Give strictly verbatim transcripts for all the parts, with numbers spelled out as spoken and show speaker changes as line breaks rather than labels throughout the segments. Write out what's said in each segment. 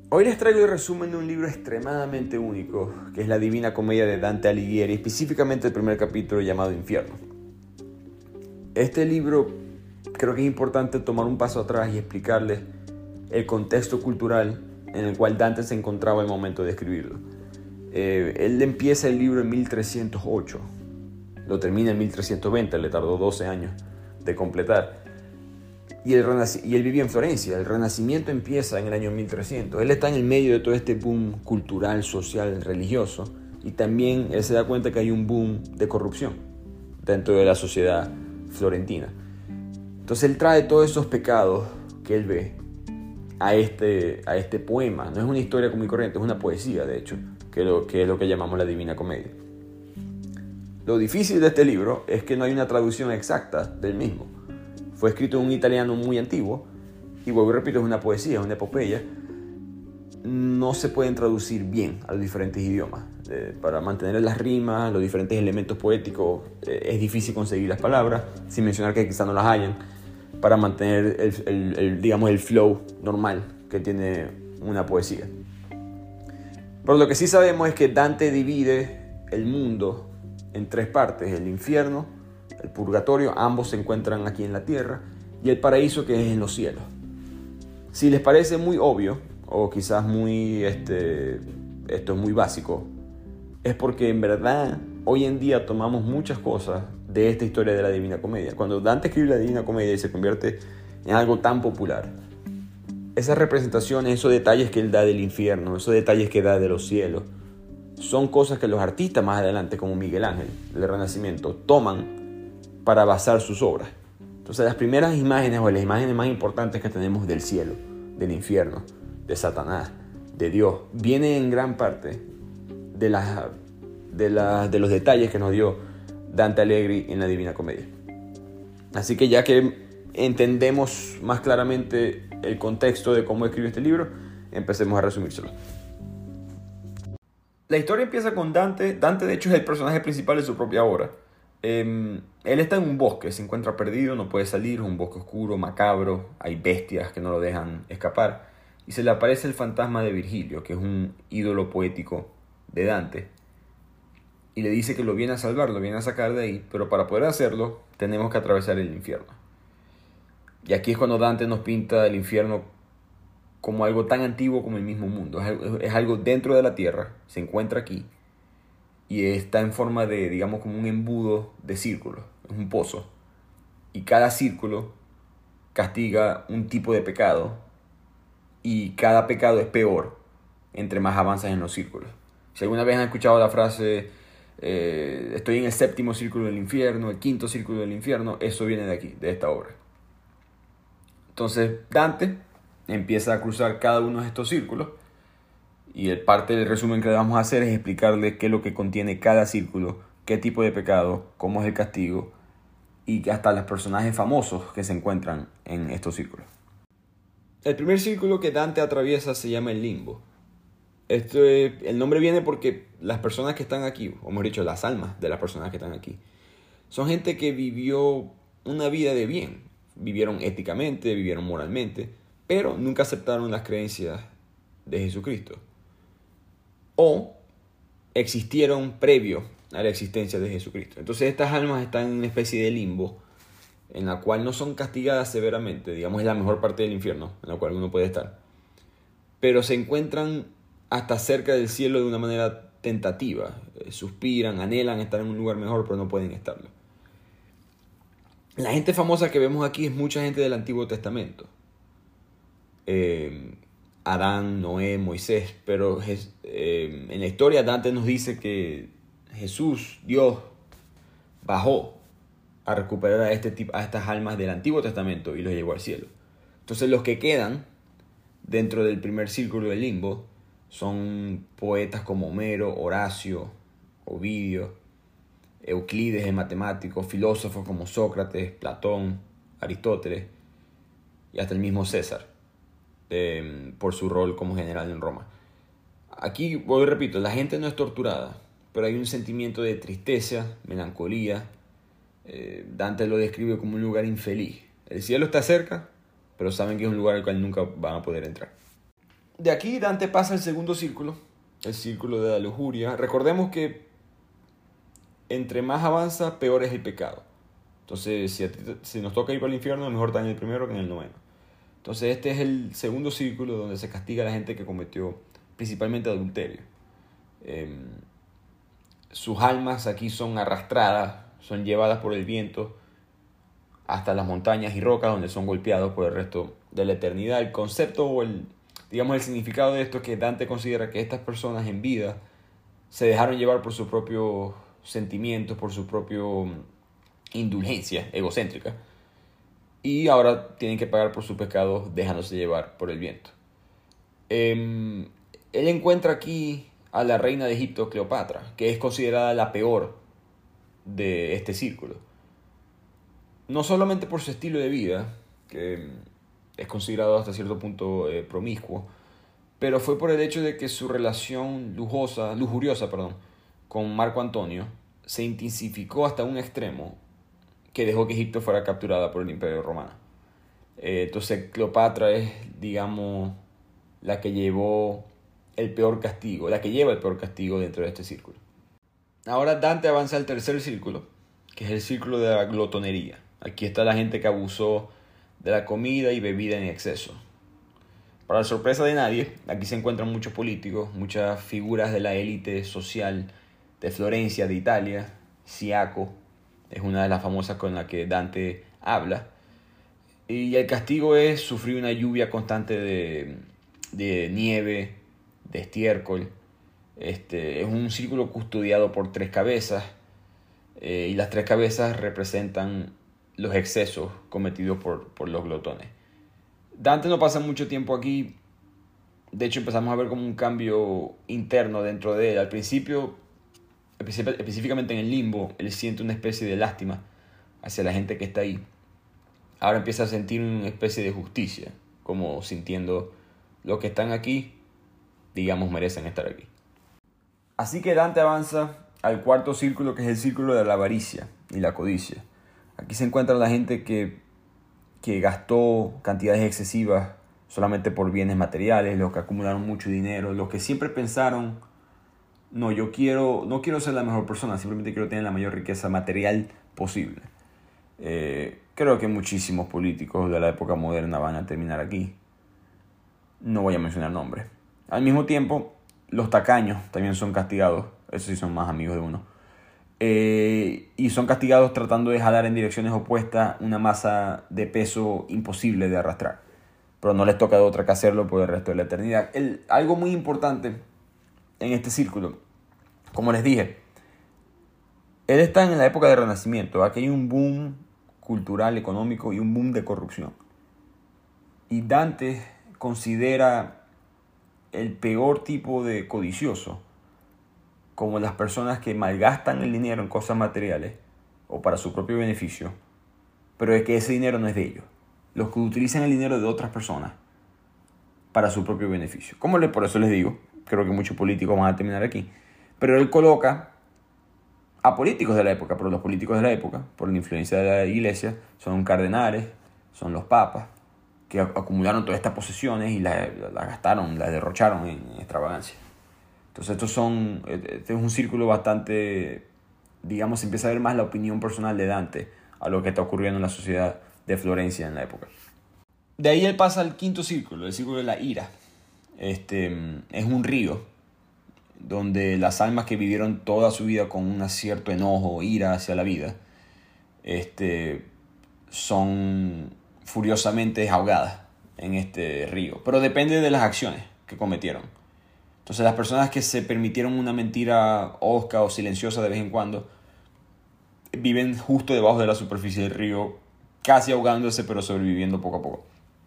Hoy les traigo el resumen de un libro extremadamente único, que es La Divina Comedia de Dante Alighieri, específicamente el primer capítulo llamado Infierno. Este libro creo que es importante tomar un paso atrás y explicarles el contexto cultural en el cual Dante se encontraba al momento de escribirlo. Eh, él empieza el libro en mil trescientos ocho, lo termina en mil trescientos veinte, le tardó doce años de completar. Y él, y él vivía en Florencia. El Renacimiento empieza en el año mil trescientos. Él está en el medio de todo este boom cultural, social, religioso. Y también él se da cuenta que hay un boom de corrupción dentro de la sociedad florentina. Entonces él trae todos esos pecados que él ve a este, a este poema. No es una historia común y corriente, es una poesía, de hecho, que, lo, que es lo que llamamos la Divina Comedia. Lo difícil de este libro es que no hay una traducción exacta del mismo. Fue escrito en un italiano muy antiguo, y vuelvo y repito, es una poesía, es una epopeya. No se pueden traducir bien a los diferentes idiomas. Eh, para mantener las rimas, los diferentes elementos poéticos, eh, es difícil conseguir las palabras, sin mencionar que quizás no las hayan, para mantener el, el, el, digamos, el flow normal que tiene una poesía. Pero lo que sí sabemos es que Dante divide el mundo en tres partes: el infierno, el purgatorio, ambos se encuentran aquí en la tierra, y el paraíso, que es en los cielos. Si les parece muy obvio, o quizás muy, este, esto es muy básico, es porque en verdad hoy en día tomamos muchas cosas de esta historia de la Divina Comedia. Cuando Dante escribe la Divina Comedia y se convierte en algo tan popular, esas representaciones, esos detalles que él da del infierno, esos detalles que da de los cielos, son cosas que los artistas más adelante, como Miguel Ángel del Renacimiento, toman para basar sus obras. Entonces las primeras imágenes, o las imágenes más importantes que tenemos del cielo, del infierno, de Satanás, de Dios, vienen en gran parte de, las, de, la, de los detalles que nos dio Dante Alighieri en la Divina Comedia. Así que ya que entendemos más claramente el contexto de cómo escribe este libro, empecemos a resumírselo. La historia empieza con Dante. Dante, de hecho, es el personaje principal de su propia obra. Eh, él está en un bosque, se encuentra perdido, no puede salir, es un bosque oscuro, macabro, hay bestias que no lo dejan escapar, y se le aparece el fantasma de Virgilio, que es un ídolo poético de Dante, y le dice que lo viene a salvar, lo viene a sacar de ahí, pero para poder hacerlo tenemos que atravesar el infierno. Y aquí es cuando Dante nos pinta el infierno como algo tan antiguo como el mismo mundo. Es algo dentro de la tierra, se encuentra aquí, y está en forma de, digamos, como un embudo de círculos. Es un pozo. Y cada círculo castiga un tipo de pecado. Y cada pecado es peor entre más avanzas en los círculos. Si alguna vez han escuchado la frase, eh, estoy en el séptimo círculo del infierno, el quinto círculo del infierno, eso viene de aquí, de esta obra. Entonces Dante empieza a cruzar cada uno de estos círculos. Y el parte del resumen que le vamos a hacer es explicarle qué es lo que contiene cada círculo, qué tipo de pecado, cómo es el castigo, y hasta los personajes famosos que se encuentran en estos círculos. El primer círculo que Dante atraviesa se llama el limbo. Esto es, el nombre viene porque las personas que están aquí, o mejor dicho, las almas de las personas que están aquí, son gente que vivió una vida de bien. Vivieron éticamente, vivieron moralmente, pero nunca aceptaron las creencias de Jesucristo. O existieron previo a la existencia de Jesucristo. Entonces estas almas están en una especie de limbo en la cual no son castigadas severamente, digamos, es la mejor parte del infierno en la cual uno puede estar, pero se encuentran hasta cerca del cielo de una manera tentativa, suspiran, anhelan estar en un lugar mejor, pero no pueden estarlo. La gente famosa que vemos aquí es mucha gente del Antiguo Testamento. Eh, Adán, Noé, Moisés, pero eh, en la historia Dante nos dice que Jesús, Dios, bajó a recuperar a, este tipo, a estas almas del Antiguo Testamento y los llevó al cielo. Entonces los que quedan dentro del primer círculo del limbo son poetas como Homero, Horacio, Ovidio, Euclides, el matemático, filósofos como Sócrates, Platón, Aristóteles y hasta el mismo César. Eh, por su rol como general en Roma. Aquí, vuelvo y repito, la gente no es torturada, pero hay un sentimiento de tristeza, melancolía. Eh, Dante lo describe como un lugar infeliz. El cielo está cerca, pero saben que es un lugar al cual nunca van a poder entrar. de aquí Dante pasa al segundo círculo, el círculo de la lujuria. Recordemos que entre más avanza, peor es el pecado. Entonces, si, a ti, si nos toca ir para el infierno, mejor estar en el primero que en el noveno. Entonces, este es el segundo círculo donde se castiga a la gente que cometió principalmente adulterio. Eh, sus almas aquí son arrastradas, son llevadas por el viento hasta las montañas y rocas, donde son golpeados por el resto de la eternidad. El concepto o el, digamos, el significado de esto es que Dante considera que estas personas en vida se dejaron llevar por sus propios sentimientos, por su propia indulgencia egocéntrica, y ahora tienen que pagar por sus pecados dejándose llevar por el viento. Eh, él encuentra aquí a la reina de Egipto, Cleopatra, que es considerada la peor de este círculo. No solamente por su estilo de vida, que es considerado hasta cierto punto eh, promiscuo, pero fue por el hecho de que su relación lujosa, lujuriosa perdón, con Marco Antonio se intensificó hasta un extremo que dejó que Egipto fuera capturada por el Imperio Romano. Eh, entonces Cleopatra es, digamos, la que llevó el peor castigo, la que lleva el peor castigo dentro de este círculo. Ahora Dante avanza al tercer círculo, que es el círculo de la glotonería. Aquí está la gente que abusó de la comida y bebida en exceso. Para la sorpresa de nadie, aquí se encuentran muchos políticos, muchas figuras de la élite social de Florencia, de Italia. Siaco es una de las famosas con la que Dante habla. Y el castigo es sufrir una lluvia constante de, de nieve, de estiércol. Este, es un círculo custodiado por tres cabezas. Eh, y las tres cabezas representan los excesos cometidos por, por los glotones. Dante no pasa mucho tiempo aquí. De hecho, empezamos a ver como un cambio interno dentro de él. Al principio, específicamente en el limbo, él siente una especie de lástima hacia la gente que está ahí. Ahora empieza a sentir una especie de justicia, como sintiendo los que están aquí, digamos, merecen estar aquí. Así que Dante avanza al cuarto círculo, que es el círculo de la avaricia y la codicia. Aquí se encuentra la gente que, que gastó cantidades excesivas solamente por bienes materiales, los que acumularon mucho dinero, los que siempre pensaron, no, yo quiero, no quiero ser la mejor persona, simplemente quiero tener la mayor riqueza material posible. Eh, creo que muchísimos políticos de la época moderna van a terminar aquí. No voy a mencionar nombres. Al mismo tiempo, los tacaños también son castigados. Esos sí son más amigos de uno. Eh, y son castigados tratando de jalar en direcciones opuestas una masa de peso imposible de arrastrar. Pero no les toca de otra que hacerlo por el resto de la eternidad. El, algo muy importante en este círculo, como les dije, él está en la época del Renacimiento. Aquí hay un boom cultural, económico y un boom de corrupción. Y Dante considera el peor tipo de codicioso como las personas que malgastan el dinero en cosas materiales o para su propio beneficio, pero es que ese dinero no es de ellos. Los que utilizan el dinero de otras personas para su propio beneficio. Como le, por eso les digo, creo que muchos políticos van a terminar aquí. Pero él coloca a políticos de la época, pero los políticos de la época, por la influencia de la iglesia, son cardenales, son los papas, que acumularon todas estas posesiones y las, las gastaron, las derrocharon en extravagancia. Entonces estos son, este es un círculo bastante, digamos, se empieza a ver más la opinión personal de Dante a lo que está ocurriendo en la sociedad de Florencia en la época. De ahí él pasa al quinto círculo, el círculo de la ira. Este, es un río donde las almas que vivieron toda su vida con un cierto enojo, ira hacia la vida, este, son furiosamente ahogadas en este río. Pero depende de las acciones que cometieron. Entonces las personas que se permitieron una mentira hosca o silenciosa de vez en cuando viven justo debajo de la superficie del río, casi ahogándose pero sobreviviendo poco a poco.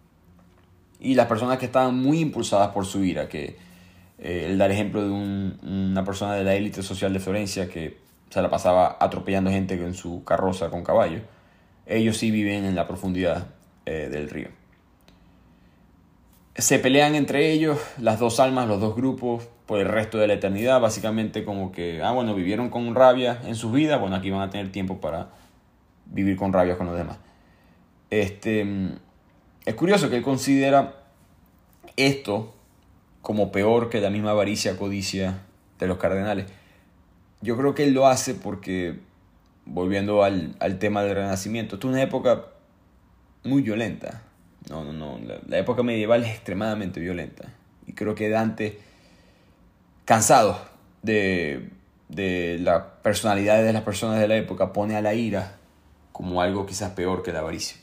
Y las personas que estaban muy impulsadas por su ira, que eh, él da el ejemplo de un, una persona de la élite social de Florencia que se la pasaba atropellando gente en su carroza con caballo, ellos sí viven en la profundidad eh, del río. Se pelean entre ellos, las dos almas, los dos grupos, por el resto de la eternidad. Básicamente como que, ah, bueno, vivieron con rabia en sus vidas, bueno, aquí van a tener tiempo para vivir con rabia con los demás. Este, es curioso que él considera esto como peor que la misma avaricia, codicia de los cardenales. Yo creo que él lo hace porque, volviendo al, al tema del Renacimiento, esto es una época muy violenta. No, no, no. La, la época medieval es extremadamente violenta. Y creo que Dante, cansado de, de las personalidades de las personas de la época, pone a la ira como algo quizás peor que la avaricia.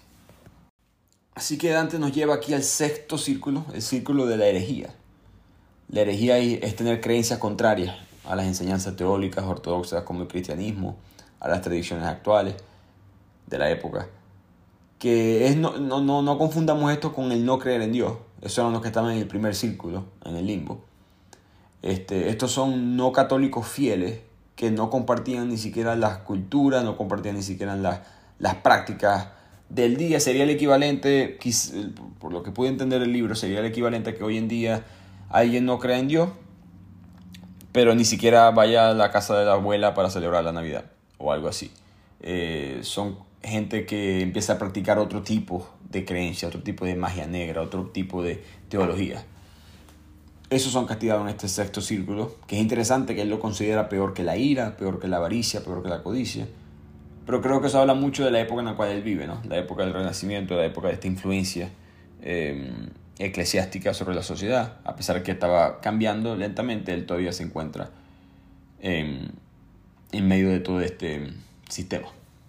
Así que Dante nos lleva aquí al sexto círculo, el círculo de la herejía. La herejía es tener creencias contrarias a las enseñanzas teóricas ortodoxas como el cristianismo, a las tradiciones actuales de la época. Que es no, no, no, no confundamos esto con el no creer en Dios. Esos eran los que estaban en el primer círculo, en el limbo. Este, estos son no católicos fieles que no compartían ni siquiera las culturas, no compartían ni siquiera las, las prácticas del día. Sería el equivalente, por lo que pude entender el libro, sería el equivalente a que hoy en día alguien no crea en Dios, pero ni siquiera vaya a la casa de la abuela para celebrar la Navidad o algo así. Eh, son gente que empieza a practicar otro tipo de creencia, otro tipo de magia negra, otro tipo de teología. Esos son castigados en este sexto círculo, que es interesante que él lo considera peor que la ira, peor que la avaricia, peor que la codicia. Pero creo que eso habla mucho de la época en la cual él vive, ¿no? La época del Renacimiento, la época de esta influencia eh, eclesiástica sobre la sociedad. A pesar de que estaba cambiando lentamente, él todavía se encuentra en, en medio de todo este sistema.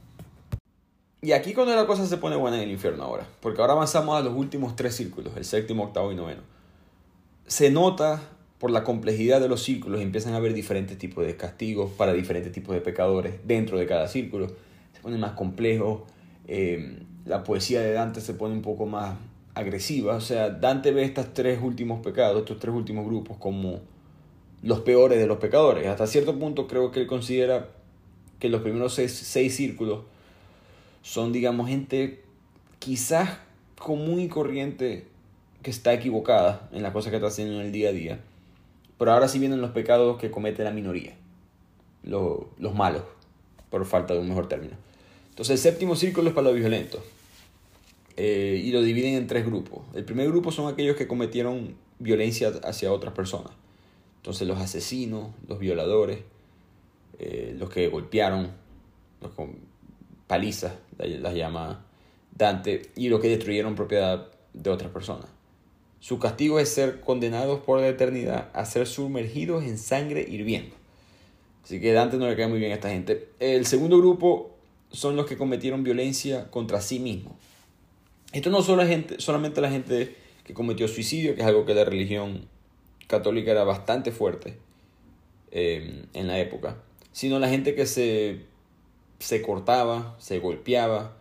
Y aquí cuando la cosa se pone buena en el infierno ahora, porque ahora avanzamos a los últimos tres círculos, el séptimo, octavo y noveno. Se nota por la complejidad de los círculos, empiezan a haber diferentes tipos de castigos para diferentes tipos de pecadores dentro de cada círculo. Se pone más complejo, eh, la poesía de Dante se pone un poco más agresiva. O sea, Dante ve estos tres últimos pecados, estos tres últimos grupos como los peores de los pecadores. Hasta cierto punto creo que él considera que los primeros seis, seis círculos son, digamos, gente quizás común y corriente que está equivocada en las cosas que está haciendo en el día a día. Pero ahora sí vienen los pecados que comete la minoría, los, los malos, por falta de un mejor término. Entonces el séptimo círculo es para los violentos. Eh, y lo dividen en tres grupos. El primer grupo son aquellos que cometieron violencia hacia otras personas. Entonces los asesinos, los violadores, eh, los que golpearon, los con palizas, las llama Dante, y los que destruyeron propiedad de otras personas. Su castigo es ser condenados por la eternidad a ser sumergidos en sangre hirviendo. Así que Dante no le cae muy bien a esta gente. El segundo grupo son los que cometieron violencia contra sí mismos. Esto no solo gente, solamente la gente que cometió suicidio, que es algo que la religión católica era bastante fuerte eh, en la época, sino la gente que se, se cortaba, se golpeaba,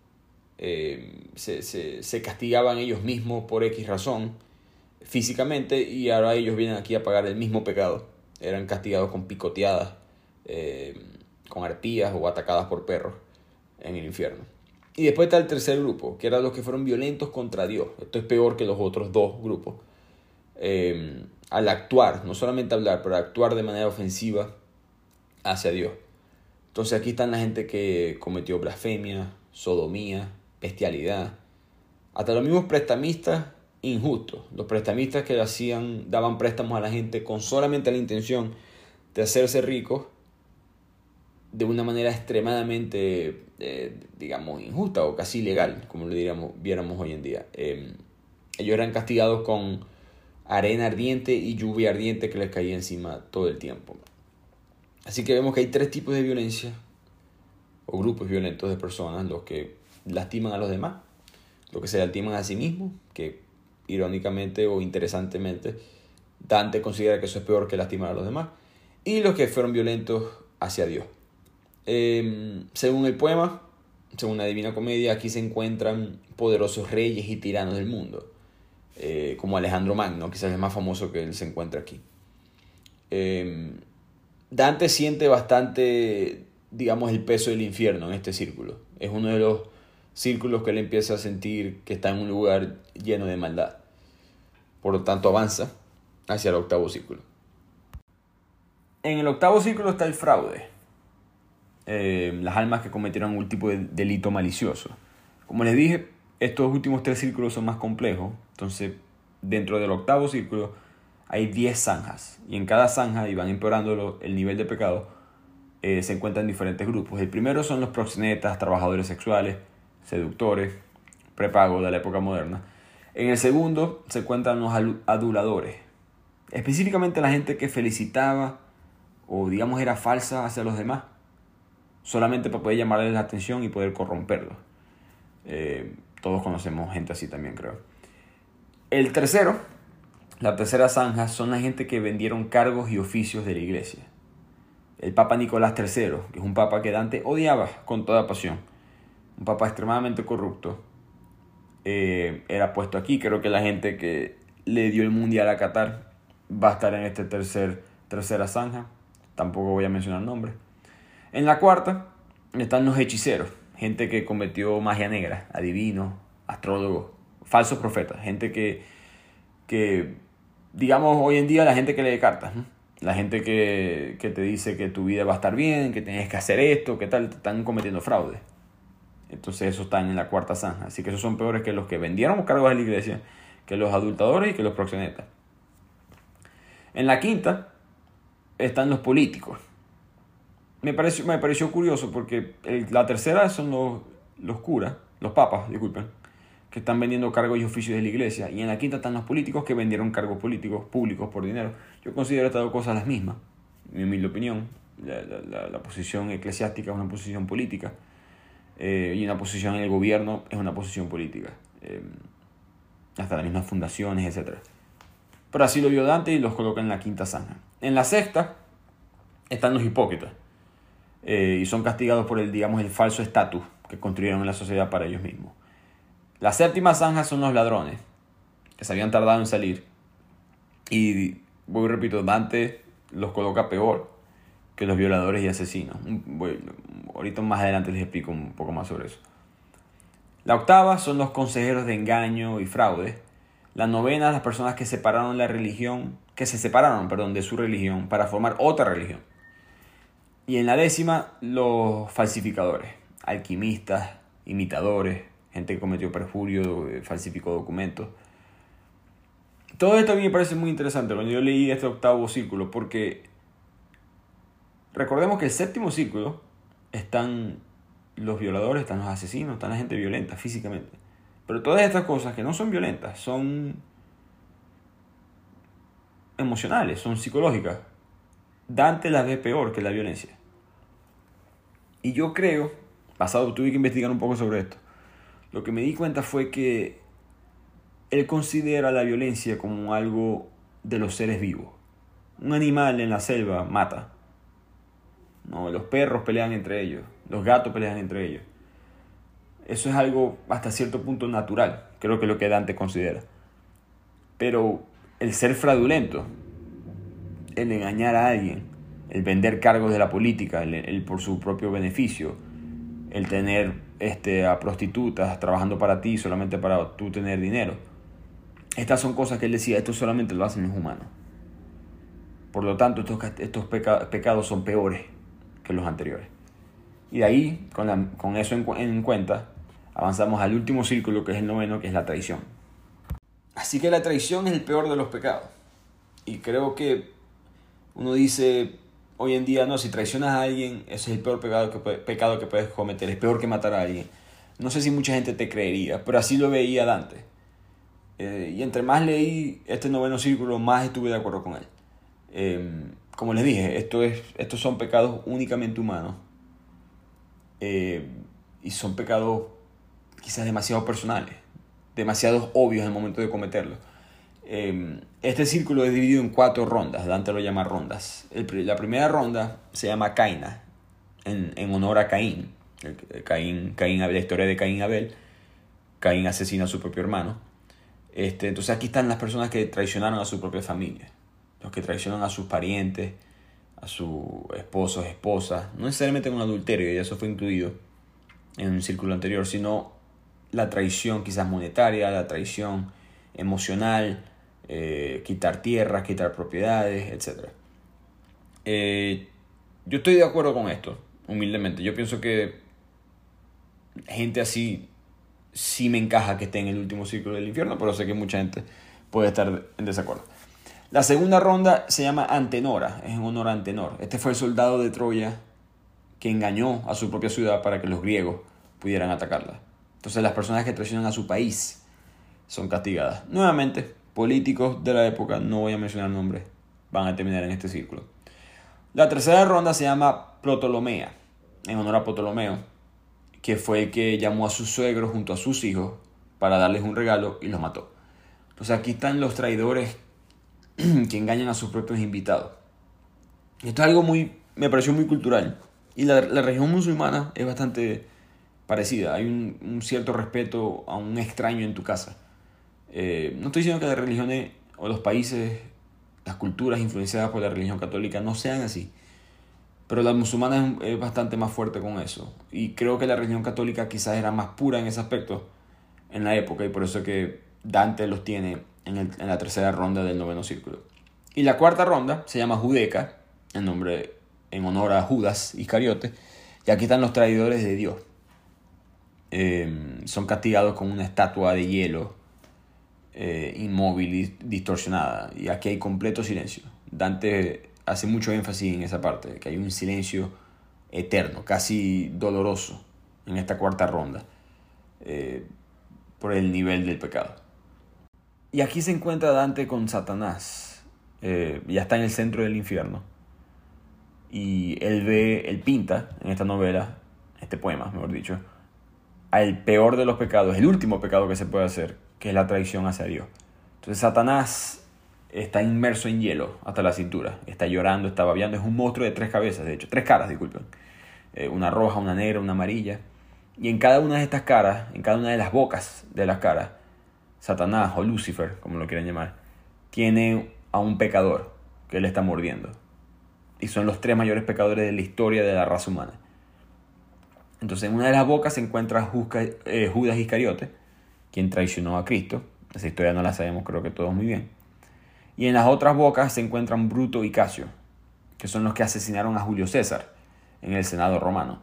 eh, se, se, se castigaban ellos mismos por X razón físicamente, y ahora ellos vienen aquí a pagar el mismo pecado. Eran castigados con picoteadas, eh, con arpías o atacadas por perros en el infierno. Y después está el tercer grupo, que eran los que fueron violentos contra Dios. Esto es peor que los otros dos grupos. Eh, al actuar, no solamente hablar, pero actuar de manera ofensiva hacia Dios. Entonces aquí están la gente que cometió blasfemia, sodomía, bestialidad. Hasta los mismos prestamistas injustos. Los prestamistas que hacían, daban préstamos a la gente con solamente la intención de hacerse ricos de una manera extremadamente, eh, digamos, injusta o casi ilegal, como lo diríamos, viéramos hoy en día. Eh, ellos eran castigados con arena ardiente y lluvia ardiente que les caía encima todo el tiempo. Así que vemos que hay tres tipos de violencia o grupos violentos de personas: los que lastiman a los demás, los que se lastiman a sí mismos, que irónicamente o interesantemente Dante considera que eso es peor que lastimar a los demás, y los que fueron violentos hacia Dios. Eh, según el poema, según la Divina Comedia, aquí se encuentran poderosos reyes y tiranos del mundo, eh, como Alejandro Magno, quizás el más famoso que él se encuentra aquí. Eh, Dante siente bastante, digamos, el peso del infierno en este círculo. Es uno de los círculos que él empieza a sentir que está en un lugar lleno de maldad. Por lo tanto, avanza hacia el octavo círculo. En el octavo círculo está el fraude. Eh, las almas que cometieron algún tipo de delito malicioso. Como les dije, estos últimos tres círculos son más complejos. Entonces, dentro del octavo círculo hay diez zanjas. Y en cada zanja, y van empeorando el nivel de pecado, eh, se encuentran diferentes grupos. El primero son los proxenetas, trabajadores sexuales, seductores, prepago de la época moderna. En el segundo se encuentran los aduladores, específicamente la gente que felicitaba o digamos era falsa hacia los demás, solamente para poder llamarles la atención y poder corromperlos. Eh, todos conocemos gente así también, creo. El tercero, la tercera zanja, son la gente que vendieron cargos y oficios de la iglesia. El Papa Nicolás tercero, que es un papa que Dante odiaba con toda pasión, un papa extremadamente corrupto, eh, era puesto aquí. Creo que la gente que le dio el mundial a Qatar va a estar en esta tercer, tercera zanja. Tampoco voy a mencionar nombres. En la cuarta están los hechiceros, gente que cometió magia negra, adivinos, astrólogos, falsos profetas, gente que, que digamos hoy en día la gente que lee cartas, ¿no? La gente que, que te dice que tu vida va a estar bien, que tienes que hacer esto, que tal, están cometiendo fraude. Entonces esos están en la cuarta zanja. Así que esos son peores que los que vendieron cargos a la iglesia, que los adultadores y que los proxenetas. En la quinta están los políticos. Me pareció, me pareció curioso porque el, la tercera son los, los curas, los papas, disculpen, que están vendiendo cargos y oficios de la iglesia. Y en la quinta están los políticos que vendieron cargos políticos públicos por dinero. Yo considero estas dos cosas las mismas, en mi humilde opinión. La, la, la, la posición eclesiástica es una posición política. Eh, y una posición en el gobierno es una posición política. Eh, hasta las mismas fundaciones, etcétera. Pero así lo vio Dante y los coloca en la quinta zanja. En la sexta están los hipócritas. Eh, y son castigados por el, digamos, el falso estatus que construyeron en la sociedad para ellos mismos. La séptima zanja son los ladrones, que se habían tardado en salir. Y, voy y repito, Dante los coloca peor que los violadores y asesinos. Voy, ahorita más adelante les explico un poco más sobre eso. La octava son los consejeros de engaño y fraude. La novena, las personas que separaron la religión, que se separaron, perdón, de su religión para formar otra religión. Y en la décima, los falsificadores, alquimistas, imitadores, gente que cometió perjurio, falsificó documentos. Todo esto a mí me parece muy interesante cuando yo leí este octavo círculo, porque recordemos que el séptimo círculo están los violadores, están los asesinos, están la gente violenta físicamente. Pero todas estas cosas que no son violentas, son emocionales, son psicológicas. Dante las ve peor que la violencia. Y yo creo, pasado tuve que investigar un poco sobre esto, lo que me di cuenta fue que él considera la violencia como algo de los seres vivos. Un animal en la selva mata. No, los perros pelean entre ellos, los gatos pelean entre ellos. Eso es algo hasta cierto punto natural, creo que es lo que Dante considera. Pero el ser fraudulento, el engañar a alguien, el vender cargos de la política, el, el por su propio beneficio, el tener este, a prostitutas trabajando para ti solamente para tú tener dinero. Estas son cosas que él decía, esto solamente lo hacen los humanos. Por lo tanto, estos, estos peca, pecados son peores que los anteriores. Y de ahí, con, la, con eso en, en cuenta, avanzamos al último círculo, que es el noveno, que es la traición. Así que la traición es el peor de los pecados. Y creo que uno dice hoy en día, no, si traicionas a alguien, ese es el peor pecado que, pecado que puedes cometer, es peor que matar a alguien. No sé si mucha gente te creería, pero así lo veía Dante. Eh, y entre más leí este noveno círculo, más estuve de acuerdo con él. Eh, como les dije, esto es, estos son pecados únicamente humanos. Eh, y son pecados quizás demasiado personales, demasiado obvios en el momento de cometerlos. Eh, este círculo es dividido en cuatro rondas. Dante lo llama rondas. El, la primera ronda se llama Caina, en, en honor a Caín. El, el Caín, Caín. La historia de Caín y Abel. Caín asesina a su propio hermano. Este, entonces aquí están las personas que traicionaron a su propia familia, los que traicionan a sus parientes, a sus esposos, esposas, no necesariamente con adulterio, y eso fue incluido en un círculo anterior, sino la traición quizás monetaria, la traición emocional, eh, quitar tierras, quitar propiedades, etcétera. Eh, yo estoy de acuerdo con esto, humildemente. Yo pienso que gente así sí me encaja que esté en el último círculo del infierno, pero sé que mucha gente puede estar en desacuerdo. La segunda ronda se llama Antenora, es en honor a Antenor. Este fue el soldado de Troya que engañó a su propia ciudad para que los griegos pudieran atacarla. Entonces las personas que traicionan a su país son castigadas. Nuevamente, políticos de la época, no voy a mencionar nombres, van a terminar en este círculo. La tercera ronda se llama Ptolomea, en honor a Ptolomeo, que fue el que llamó a sus suegros junto a sus hijos para darles un regalo y los mató. Entonces aquí están los traidores que engañan a sus propios invitados. Esto es algo muy, me pareció muy cultural. Y la, la religión musulmana es bastante parecida. Hay un, un cierto respeto a un extraño en tu casa. Eh, no estoy diciendo que las religiones o los países, las culturas influenciadas por la religión católica no sean así. Pero la musulmana es, es bastante más fuerte con eso. Y creo que la religión católica quizás era más pura en ese aspecto en la época. Y por eso es que Dante los tiene en, el, en la tercera ronda del noveno círculo. Y la cuarta ronda se llama Judeca, en, nombre, en honor a Judas Iscariote. Y aquí están los traidores de Dios. Eh, son castigados con una estatua de hielo eh, inmóvil y distorsionada. Y aquí hay completo silencio. Dante hace mucho énfasis en esa parte, que hay un silencio eterno, casi doloroso en esta cuarta ronda, eh, por el nivel del pecado. Y aquí se encuentra Dante con Satanás. Eh, ya está en el centro del infierno. Y él ve, él pinta en esta novela, este poema, mejor dicho, al peor de los pecados, el último pecado que se puede hacer, que es la traición hacia Dios. Entonces Satanás está inmerso en hielo hasta la cintura. Está llorando, está babeando. Es un monstruo de tres cabezas, de hecho. Tres caras, disculpen. Eh, una roja, una negra, una amarilla. Y en cada una de estas caras, en cada una de las bocas de las caras, Satanás o Lucifer, como lo quieran llamar, tiene a un pecador que él está mordiendo. Y son los tres mayores pecadores de la historia de la raza humana. Entonces en una de las bocas se encuentra Judas Iscariote, quien traicionó a Cristo. Esa historia no la sabemos, creo que todos muy bien. Y en las otras bocas se encuentran Bruto y Casio, que son los que asesinaron a Julio César en el Senado romano.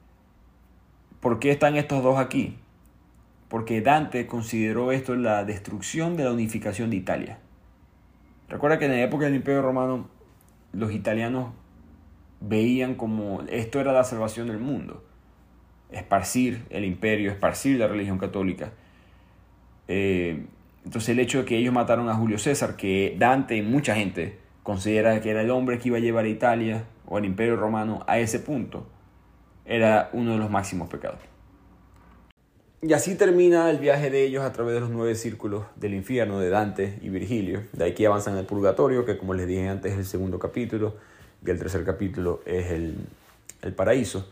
¿Por qué están estos dos aquí? Porque Dante consideró esto la destrucción de la unificación de Italia. Recuerda que en la época del Imperio Romano los italianos veían como esto era la salvación del mundo. Esparcir el imperio, esparcir la religión católica. Eh, entonces el hecho de que ellos mataron a Julio César, que Dante y mucha gente considera que era el hombre que iba a llevar a Italia o al Imperio Romano a ese punto, era uno de los máximos pecados. Y así termina el viaje de ellos a través de los nueve círculos del infierno de Dante y Virgilio. De aquí avanzan al purgatorio, que como les dije antes es el segundo capítulo, y el tercer capítulo es el, el paraíso.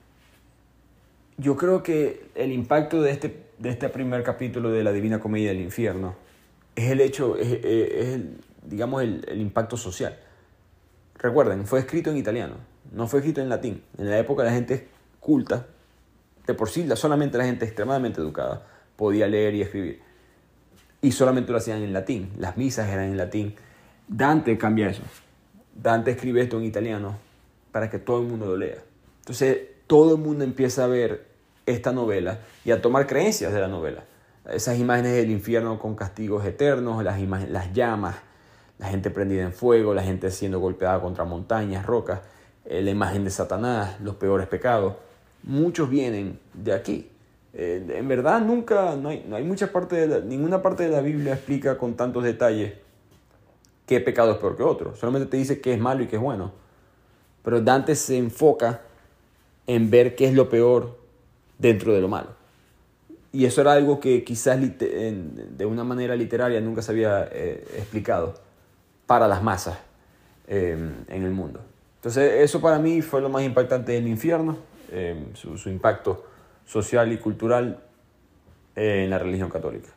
Yo creo que el impacto de este, de este primer capítulo de la Divina Comedia del Infierno es el hecho, es, es, es el, digamos, el, el impacto social. Recuerden, fue escrito en italiano, no fue escrito en latín. En la época la gente culta, de por sí solamente la gente extremadamente educada podía leer y escribir. Y solamente lo hacían en latín, las misas eran en latín. Dante cambia eso. Dante escribe esto en italiano para que todo el mundo lo lea. Entonces todo el mundo empieza a ver esta novela y a tomar creencias de la novela. Esas imágenes del infierno con castigos eternos, las, imágenes, las llamas, la gente prendida en fuego, la gente siendo golpeada contra montañas, rocas, eh, la imagen de Satanás, los peores pecados. Muchos vienen de aquí. Eh, en verdad nunca, no hay, no hay mucha parte de la, ninguna parte de la Biblia explica con tantos detalles qué pecado es peor que otro. Solamente te dice qué es malo y qué es bueno. Pero Dante se enfoca en ver qué es lo peor dentro de lo malo. Y eso era algo que quizás de una manera literaria nunca se había eh, explicado para las masas eh, en el mundo. Entonces eso para mí fue lo más impactante del infierno, eh, su, su impacto social y cultural eh, en la religión católica.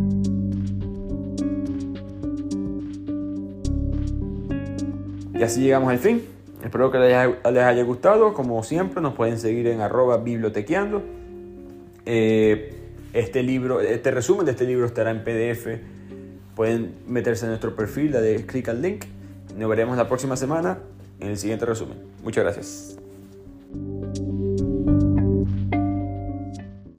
Y así llegamos al fin. Espero que les haya, les haya gustado. Como siempre, nos pueden seguir en arroba bibliotequeando. Eh, este libro, este resumen de este libro estará en P D F. Pueden meterse en nuestro perfil, darle clic al link. Nos veremos la próxima semana en el siguiente resumen. Muchas gracias.